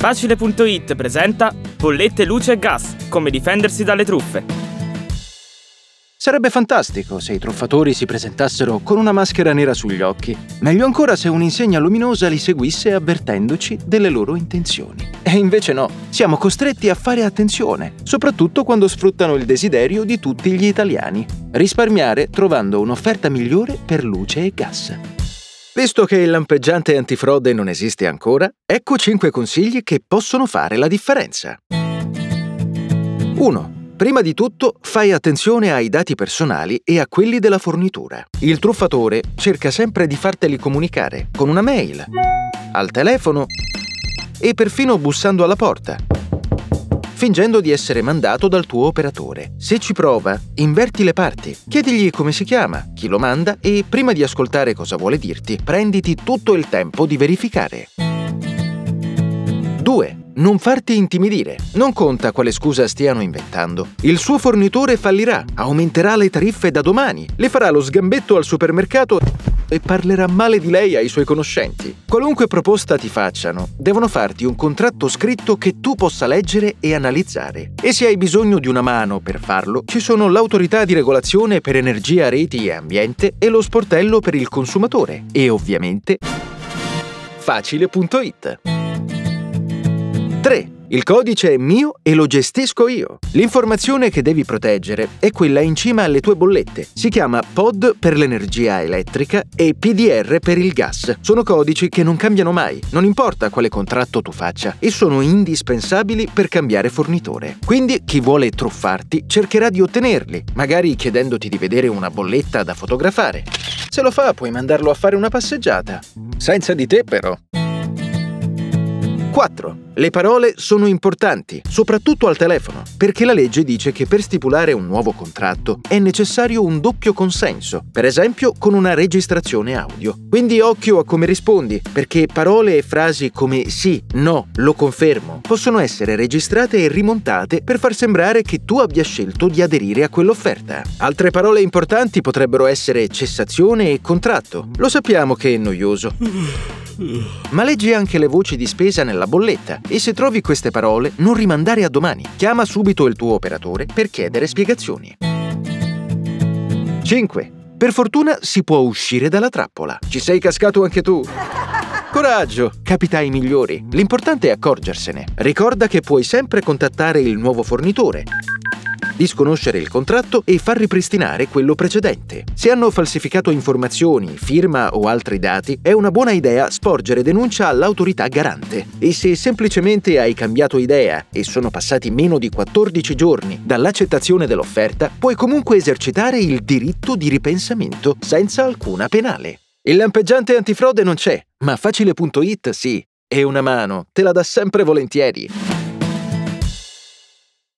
Facile.it presenta Bollette, luce e gas, come difendersi dalle truffe. Sarebbe fantastico se i truffatori si presentassero con una maschera nera sugli occhi. Meglio ancora se un'insegna luminosa li seguisse avvertendoci delle loro intenzioni. E invece no, siamo costretti a fare attenzione, soprattutto quando sfruttano il desiderio di tutti gli italiani: risparmiare trovando un'offerta migliore per luce e gas. Visto che il lampeggiante antifrode non esiste ancora, ecco 5 consigli che possono fare la differenza. 1. Prima di tutto, fai attenzione ai dati personali e a quelli della fornitura. Il truffatore cerca sempre di farteli comunicare con una mail, al telefono e perfino bussando alla porta, fingendo di essere mandato dal tuo operatore. Se ci prova, inverti le parti. Chiedigli come si chiama, chi lo manda e, prima di ascoltare cosa vuole dirti, prenditi tutto il tempo di verificare. 2. Non farti intimidire. Non conta quale scusa stiano inventando. Il suo fornitore fallirà, aumenterà le tariffe da domani, le farà lo sgambetto al supermercato e parlerà male di lei ai suoi conoscenti. Qualunque proposta ti facciano, devono farti un contratto scritto che tu possa leggere e analizzare. E se hai bisogno di una mano per farlo, ci sono l'Autorità di Regolazione per Energia, Reti e Ambiente e lo Sportello per il Consumatore. E ovviamente Facile.it. 3. Il codice è mio e lo gestisco io. L'informazione che devi proteggere è quella in cima alle tue bollette. Si chiama POD per l'energia elettrica e PDR per il gas. Sono codici che non cambiano mai, non importa quale contratto tu faccia, e sono indispensabili per cambiare fornitore. Quindi chi vuole truffarti cercherà di ottenerli, magari chiedendoti di vedere una bolletta da fotografare. Se lo fa, puoi mandarlo a fare una passeggiata. Senza di te, però. 4. Le parole sono importanti, soprattutto al telefono, perché la legge dice che per stipulare un nuovo contratto è necessario un doppio consenso, per esempio con una registrazione audio. Quindi occhio a come rispondi, perché parole e frasi come sì, no, lo confermo possono essere registrate e rimontate per far sembrare che tu abbia scelto di aderire a quell'offerta. Altre parole importanti potrebbero essere cessazione e contratto. Lo sappiamo che è noioso, ma leggi anche le voci di spesa nella bolletta e se trovi queste parole non rimandare a domani. Chiama subito il tuo operatore per chiedere spiegazioni. 5. Per fortuna si può uscire dalla trappola. Ci sei cascato anche tu? Coraggio, capita ai migliori. L'importante è accorgersene. Ricorda che puoi sempre contattare il nuovo fornitore, disconoscere il contratto e far ripristinare quello precedente. Se hanno falsificato informazioni, firma o altri dati, è una buona idea sporgere denuncia all'autorità garante. E se semplicemente hai cambiato idea e sono passati meno di 14 giorni dall'accettazione dell'offerta, puoi comunque esercitare il diritto di ripensamento senza alcuna penale. Il lampeggiante antifrode non c'è, ma Facile.it sì. E una mano te la dà sempre volentieri.